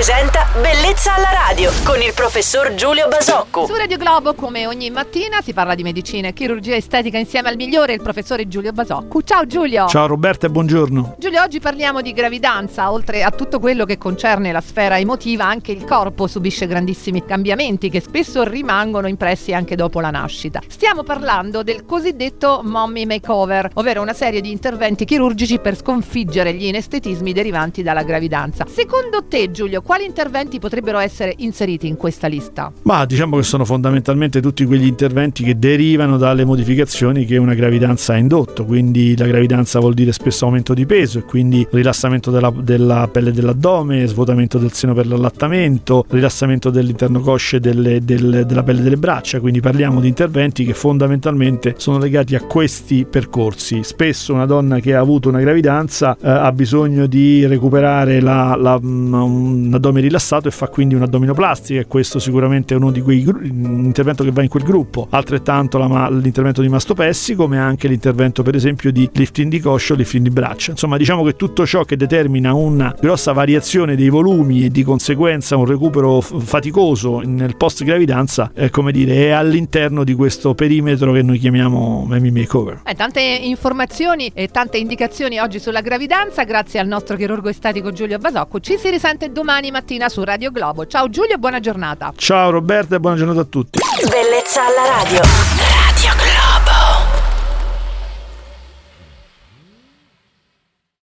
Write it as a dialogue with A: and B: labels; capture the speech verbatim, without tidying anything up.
A: presenta Bellezza alla radio con il professor Giulio Basocco.
B: Su Radio Globo, come ogni mattina, si parla di medicina e chirurgia estetica insieme al migliore, il professore Giulio Basocco. Ciao Giulio.
C: Ciao Roberta e buongiorno.
B: Giulio, oggi parliamo di gravidanza. Oltre a tutto quello che concerne la sfera emotiva, anche il corpo subisce grandissimi cambiamenti che spesso rimangono impressi anche dopo la nascita. Stiamo parlando del cosiddetto mommy makeover, ovvero una serie di interventi chirurgici per sconfiggere gli inestetismi derivanti dalla gravidanza. Secondo te, Giulio, quali interventi potrebbero essere inseriti in questa lista?
C: Ma diciamo che sono fondamentalmente tutti quegli interventi che derivano dalle modificazioni che una gravidanza ha indotto. Quindi la gravidanza vuol dire spesso aumento di peso e quindi rilassamento della, della pelle dell'addome, svuotamento del seno per l'allattamento, rilassamento dell'interno cosce delle, del, della pelle delle braccia. Quindi parliamo di interventi che fondamentalmente sono legati a questi percorsi. Spesso una donna che ha avuto una gravidanza eh, ha bisogno di recuperare la, la, un addome rilassato e fa quindi un'addominoplastica, e questo sicuramente è uno di quei gru- intervento che va in quel gruppo. Altrettanto la, l'intervento di mastopessi, come anche l'intervento per esempio di lifting di coscia o lifting di braccia. Insomma, diciamo che tutto ciò che determina una grossa variazione dei volumi e di conseguenza un recupero f- faticoso nel post gravidanza è, come dire, è all'interno di questo perimetro che noi chiamiamo mommy makeover.
B: Eh, tante informazioni e tante indicazioni oggi sulla gravidanza grazie al nostro chirurgo estetico Giulio Basocco. Ci si risente domani mattina su Radio Globo. Ciao Giulio e buona giornata.
C: Ciao Roberta e buona giornata a tutti.
A: Bellezza alla radio.